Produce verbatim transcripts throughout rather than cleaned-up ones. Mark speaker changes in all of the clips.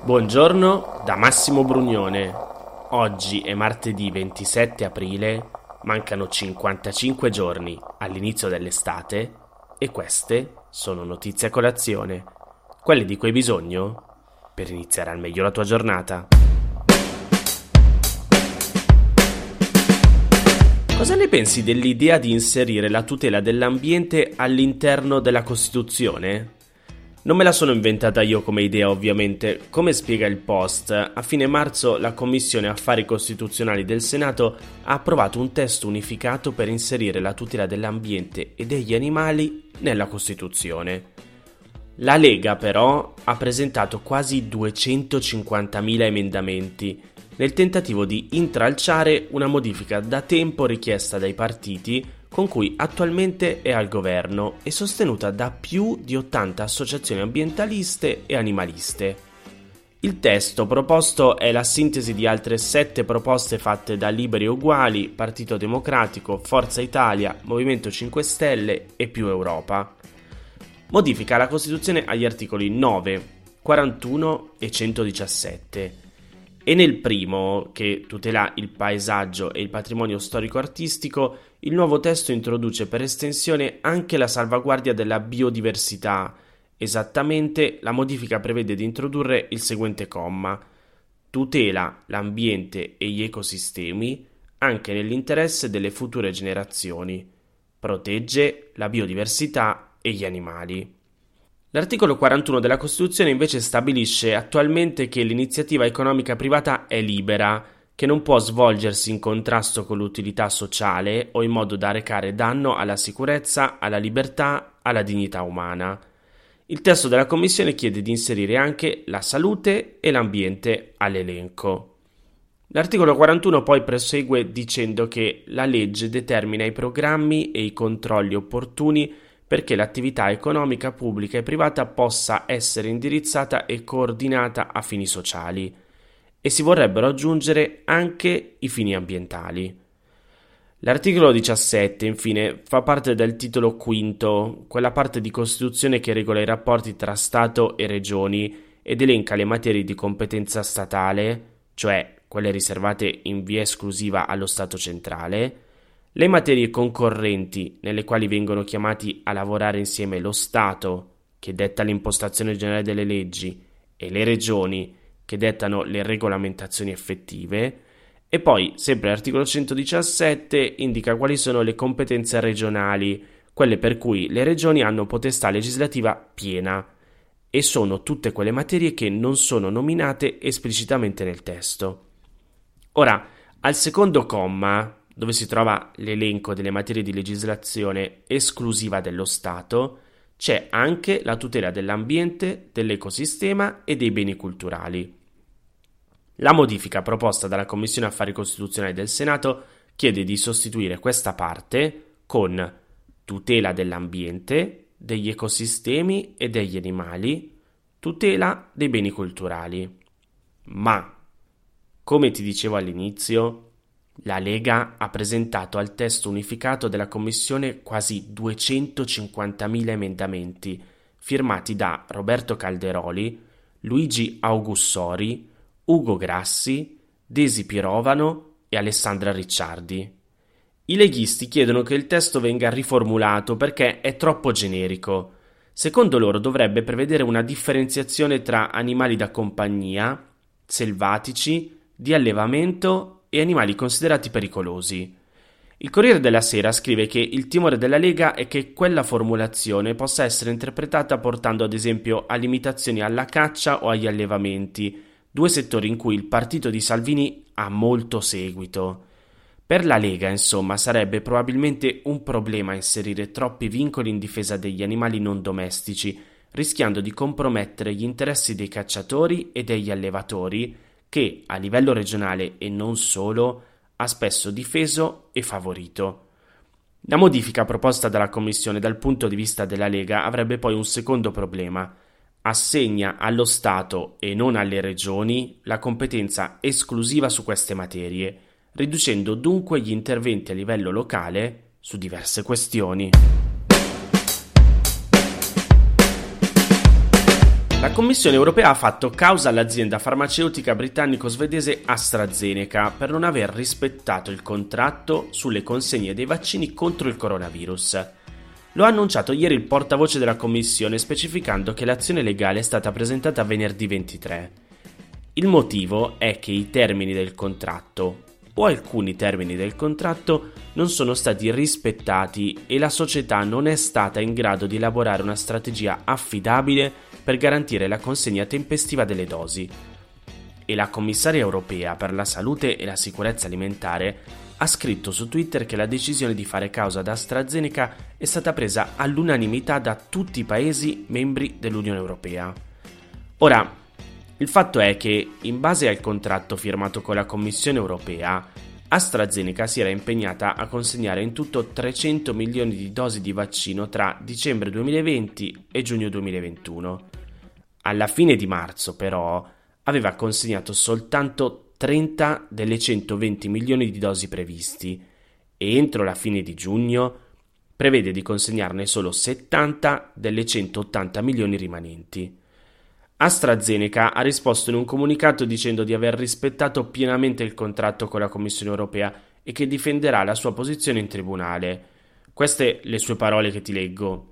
Speaker 1: Buongiorno da Massimo Brugnone. Oggi è martedì ventisette aprile, mancano cinquantacinque giorni all'inizio dell'estate e queste sono notizie a colazione, quelle di cui hai bisogno per iniziare al meglio la tua giornata. Cosa ne pensi dell'idea di inserire la tutela dell'ambiente all'interno della Costituzione? Non me la sono inventata io come idea, ovviamente. Come spiega il Post, a fine marzo la Commissione Affari Costituzionali del Senato ha approvato un testo unificato per inserire la tutela dell'ambiente e degli animali nella Costituzione. La Lega, però, ha presentato quasi duecentocinquantamila emendamenti nel tentativo di intralciare una modifica da tempo richiesta dai partiti con cui attualmente è al governo e sostenuta da più di ottanta associazioni ambientaliste e animaliste. Il testo proposto è la sintesi di altre sette proposte fatte da Liberi e Uguali, Partito Democratico, Forza Italia, Movimento cinque Stelle e Più Europa. Modifica la Costituzione agli articoli nove, quarantuno e centodiciassette. E nel primo, che tutela il paesaggio e il patrimonio storico-artistico, il nuovo testo introduce per estensione anche la salvaguardia della biodiversità. Esattamente, la modifica prevede di introdurre il seguente comma: tutela l'ambiente e gli ecosistemi anche nell'interesse delle future generazioni. Protegge la biodiversità e gli animali. L'articolo quarantuno della Costituzione invece stabilisce attualmente che l'iniziativa economica privata è libera, che non può svolgersi in contrasto con l'utilità sociale o in modo da recare danno alla sicurezza, alla libertà, alla dignità umana. Il testo della Commissione chiede di inserire anche la salute e l'ambiente all'elenco. L'articolo quarantuno poi prosegue dicendo che la legge determina i programmi e i controlli opportuni perché l'attività economica pubblica e privata possa essere indirizzata e coordinata a fini sociali, e si vorrebbero aggiungere anche i fini ambientali. L'articolo diciassette, infine, fa parte del titolo quinto, quella parte di Costituzione che regola i rapporti tra Stato e Regioni ed elenca le materie di competenza statale, cioè quelle riservate in via esclusiva allo Stato centrale, le materie concorrenti, nelle quali vengono chiamati a lavorare insieme lo Stato, che detta l'impostazione generale delle leggi, e le regioni, che dettano le regolamentazioni effettive, e poi, sempre l'articolo centodiciassette, indica quali sono le competenze regionali, quelle per cui le regioni hanno potestà legislativa piena, e sono tutte quelle materie che non sono nominate esplicitamente nel testo. Ora, al secondo comma, dove si trova l'elenco delle materie di legislazione esclusiva dello Stato, c'è anche la tutela dell'ambiente, dell'ecosistema e dei beni culturali. La modifica proposta dalla Commissione Affari Costituzionali del Senato chiede di sostituire questa parte con tutela dell'ambiente, degli ecosistemi e degli animali, tutela dei beni culturali. Ma, come ti dicevo all'inizio, la Lega ha presentato al testo unificato della Commissione quasi duecentocinquantamila emendamenti, firmati da Roberto Calderoli, Luigi Augussori, Ugo Grassi, Desi Pirovano e Alessandra Ricciardi. I leghisti chiedono che il testo venga riformulato perché è troppo generico. Secondo loro dovrebbe prevedere una differenziazione tra animali da compagnia, selvatici, di allevamento e animali considerati pericolosi. Il Corriere della Sera scrive che il timore della Lega è che quella formulazione possa essere interpretata portando ad esempio a limitazioni alla caccia o agli allevamenti, due settori in cui il partito di Salvini ha molto seguito. Per la Lega, insomma, sarebbe probabilmente un problema inserire troppi vincoli in difesa degli animali non domestici, rischiando di compromettere gli interessi dei cacciatori e degli allevatori, che a livello regionale e non solo ha spesso difeso e favorito. La modifica proposta dalla Commissione dal punto di vista della Lega avrebbe poi un secondo problema: assegna allo Stato e non alle regioni la competenza esclusiva su queste materie, riducendo dunque gli interventi a livello locale su diverse questioni. La La Commissione europea ha fatto causa all'azienda farmaceutica britannico-svedese AstraZeneca per non aver rispettato il contratto sulle consegne dei vaccini contro il coronavirus. Lo ha annunciato ieri il portavoce della Commissione, specificando che l'azione legale è stata presentata venerdì ventitré. Il motivo è che i termini del contratto, o alcuni termini del contratto, non sono stati rispettati e la società non è stata in grado di elaborare una strategia affidabile per garantire la consegna tempestiva delle dosi. E la commissaria europea per la salute e la sicurezza alimentare ha scritto su Twitter che la decisione di fare causa ad AstraZeneca è stata presa all'unanimità da tutti i paesi membri dell'Unione Europea. Ora, il fatto è che, in base al contratto firmato con la Commissione Europea, AstraZeneca si era impegnata a consegnare in tutto trecento milioni di dosi di vaccino tra dicembre duemilaventi e giugno duemilaventuno. Alla fine di marzo, però, aveva consegnato soltanto trenta delle centoventi milioni di dosi previsti e entro la fine di giugno prevede di consegnarne solo settanta delle centottanta milioni rimanenti. AstraZeneca ha risposto in un comunicato dicendo di aver rispettato pienamente il contratto con la Commissione europea e che difenderà la sua posizione in tribunale. Queste le sue parole che ti leggo.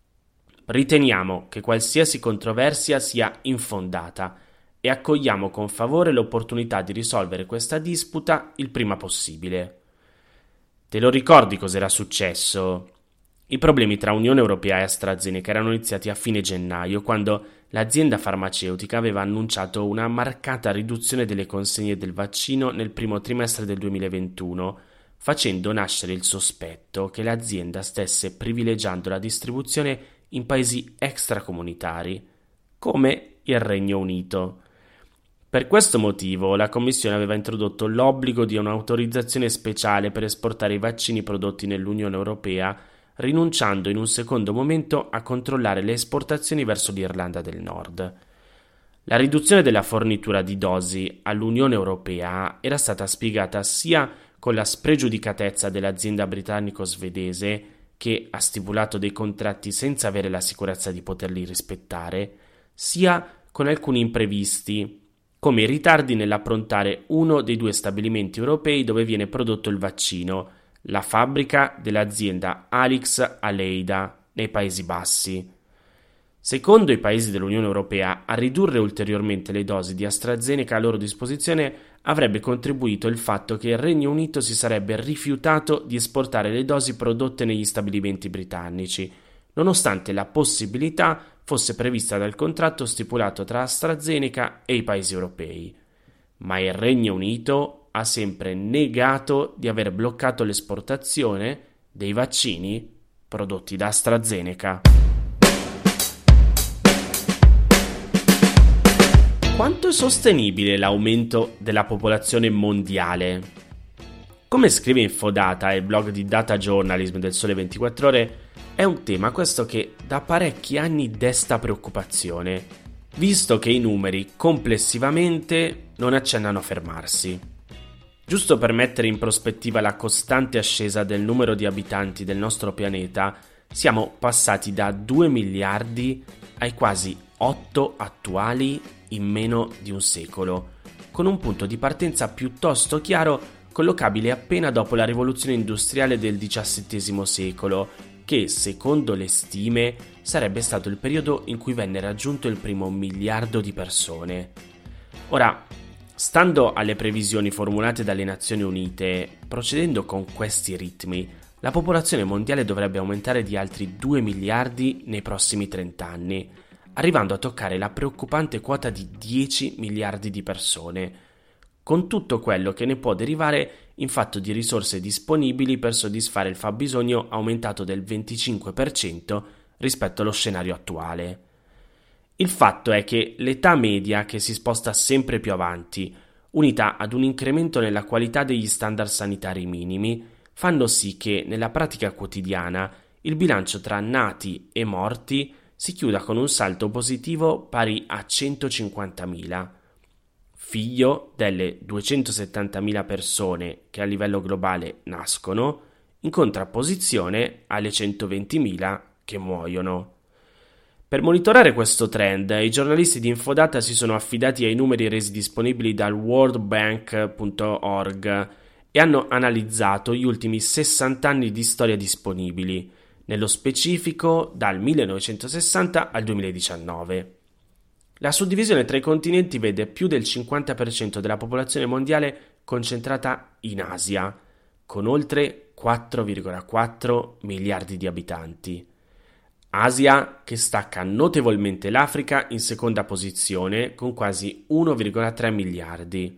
Speaker 1: Riteniamo che qualsiasi controversia sia infondata e accogliamo con favore l'opportunità di risolvere questa disputa il prima possibile. Te lo ricordi cos'era successo? I problemi tra Unione Europea e AstraZeneca erano iniziati a fine gennaio, quando l'azienda farmaceutica aveva annunciato una marcata riduzione delle consegne del vaccino nel primo trimestre del duemilaventuno, facendo nascere il sospetto che l'azienda stesse privilegiando la distribuzione in paesi extracomunitari, come il Regno Unito. Per questo motivo la Commissione aveva introdotto l'obbligo di un'autorizzazione speciale per esportare i vaccini prodotti nell'Unione Europea, rinunciando in un secondo momento a controllare le esportazioni verso l'Irlanda del Nord. La riduzione della fornitura di dosi all'Unione Europea era stata spiegata sia con la spregiudicatezza dell'azienda britannico-svedese, che ha stipulato dei contratti senza avere la sicurezza di poterli rispettare, sia con alcuni imprevisti, come i ritardi nell'approntare uno dei due stabilimenti europei dove viene prodotto il vaccino, la fabbrica dell'azienda Alix a Leida, nei Paesi Bassi. Secondo i paesi dell'Unione Europea, a ridurre ulteriormente le dosi di AstraZeneca a loro disposizione avrebbe contribuito il fatto che il Regno Unito si sarebbe rifiutato di esportare le dosi prodotte negli stabilimenti britannici, nonostante la possibilità fosse prevista dal contratto stipulato tra AstraZeneca e i paesi europei. Ma il Regno Unito ha sempre negato di aver bloccato l'esportazione dei vaccini prodotti da AstraZeneca. Quanto è sostenibile l'aumento della popolazione mondiale? Come scrive Infodata, il blog di data journalism del Sole ventiquattro Ore, è un tema questo che da parecchi anni desta preoccupazione, visto che i numeri complessivamente non accennano a fermarsi. Giusto per mettere in prospettiva la costante ascesa del numero di abitanti del nostro pianeta, siamo passati da due miliardi ai quasi otto attuali in meno di un secolo, con un punto di partenza piuttosto chiaro collocabile appena dopo la rivoluzione industriale del diciassettesimo secolo, che, secondo le stime, sarebbe stato il periodo in cui venne raggiunto il primo miliardo di persone. Ora, stando alle previsioni formulate dalle Nazioni Unite, procedendo con questi ritmi, la popolazione mondiale dovrebbe aumentare di altri due miliardi nei prossimi trenta anni, arrivando a toccare la preoccupante quota di dieci miliardi di persone, con tutto quello che ne può derivare in fatto di risorse disponibili per soddisfare il fabbisogno aumentato del venticinque per cento rispetto allo scenario attuale. Il fatto è che l'età media che si sposta sempre più avanti, unita ad un incremento nella qualità degli standard sanitari minimi, fanno sì che nella pratica quotidiana il bilancio tra nati e morti si chiuda con un salto positivo pari a centocinquantamila, figlio delle duecentosettantamila persone che a livello globale nascono, in contrapposizione alle centoventimila che muoiono. Per monitorare questo trend, i giornalisti di Infodata si sono affidati ai numeri resi disponibili dal world bank punto org e hanno analizzato gli ultimi sessanta anni di storia disponibili, nello specifico dal millenovecentosessanta al duemiladiciannove. La suddivisione tra i continenti vede più del cinquanta per cento della popolazione mondiale concentrata in Asia, con oltre quattro virgola quattro miliardi di abitanti. Asia che stacca notevolmente l'Africa in seconda posizione con quasi uno virgola tre miliardi.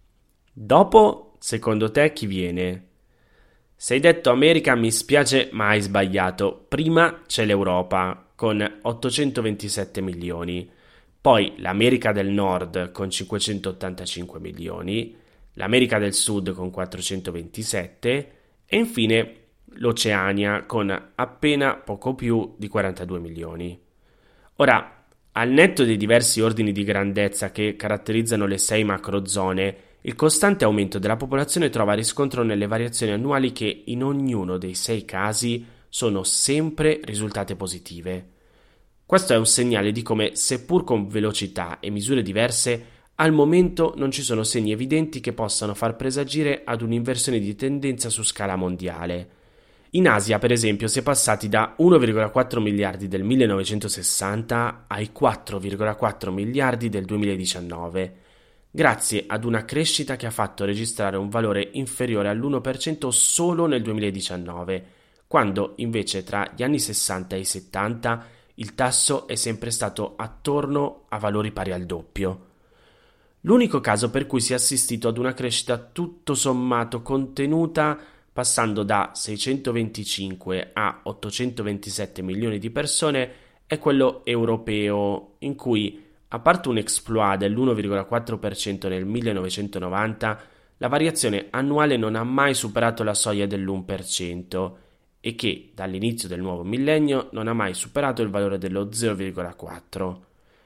Speaker 1: Dopo, secondo te, chi viene? Se hai detto America mi spiace ma hai sbagliato. Prima c'è l'Europa con ottocentoventisette milioni, poi l'America del Nord con cinquecentottantacinque milioni, l'America del Sud con quattrocentoventisette e infine l'Oceania con appena poco più di quarantadue milioni. Ora, al netto dei diversi ordini di grandezza che caratterizzano le sei macrozone, il costante aumento della popolazione trova riscontro nelle variazioni annuali che in ognuno dei sei casi sono sempre risultate positive. Questo è un segnale di come, seppur con velocità e misure diverse, al momento non ci sono segni evidenti che possano far presagire ad un'inversione di tendenza su scala mondiale. In Asia, per esempio, si è passati da uno virgola quattro miliardi del millenovecentosessanta ai quattro virgola quattro miliardi del duemiladiciannove, grazie ad una crescita che ha fatto registrare un valore inferiore all'uno per cento solo nel duemiladiciannove, quando invece tra gli anni sessanta e i settanta il tasso è sempre stato attorno a valori pari al doppio. L'unico caso per cui si è assistito ad una crescita tutto sommato contenuta, passando da seicentoventicinque a ottocentoventisette milioni di persone, è quello europeo, in cui, a parte un exploit dell'uno virgola quattro per cento nel millenovecentonovanta, la variazione annuale non ha mai superato la soglia dell'uno per cento e che, dall'inizio del nuovo millennio, non ha mai superato il valore dello zero virgola quattro.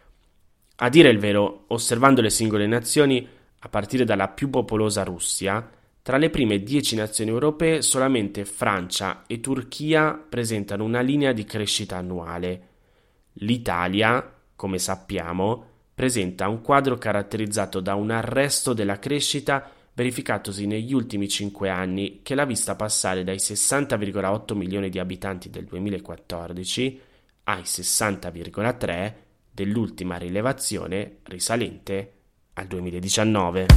Speaker 1: A dire il vero, osservando le singole nazioni, a partire dalla più popolosa Russia, tra le prime dieci nazioni europee solamente Francia e Turchia presentano una linea di crescita annuale. L'Italia, come sappiamo, presenta un quadro caratterizzato da un arresto della crescita verificatosi negli ultimi cinque anni che l'ha vista passare dai sessanta virgola otto milioni di abitanti del duemilaquattordici ai sessanta virgola tre dell'ultima rilevazione risalente al duemiladiciannove.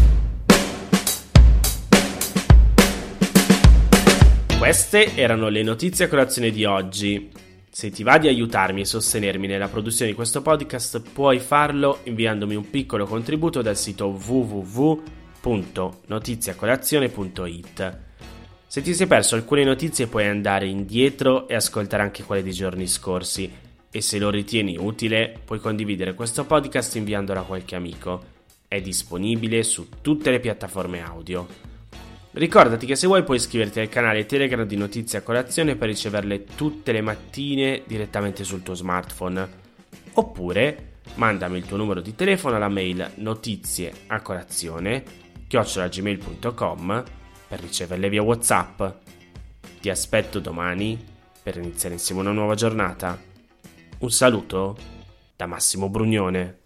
Speaker 1: Queste erano le notizie a colazione di oggi. Se ti va di aiutarmi e sostenermi nella produzione di questo podcast, puoi farlo inviandomi un piccolo contributo dal sito w w w punto notiziacolazione punto i t. Se ti sei perso alcune notizie puoi andare indietro e ascoltare anche quelle dei giorni scorsi, e se lo ritieni utile puoi condividere questo podcast inviandolo a qualche amico. È disponibile su tutte le piattaforme audio. Ricordati che se vuoi puoi iscriverti al canale Telegram di Notizie a Colazione per riceverle tutte le mattine direttamente sul tuo smartphone. Oppure mandami il tuo numero di telefono alla mail notizieacolazione chiocciola gmail punto com per riceverle via WhatsApp. Ti aspetto domani per iniziare insieme una nuova giornata. Un saluto da Massimo Brugnone.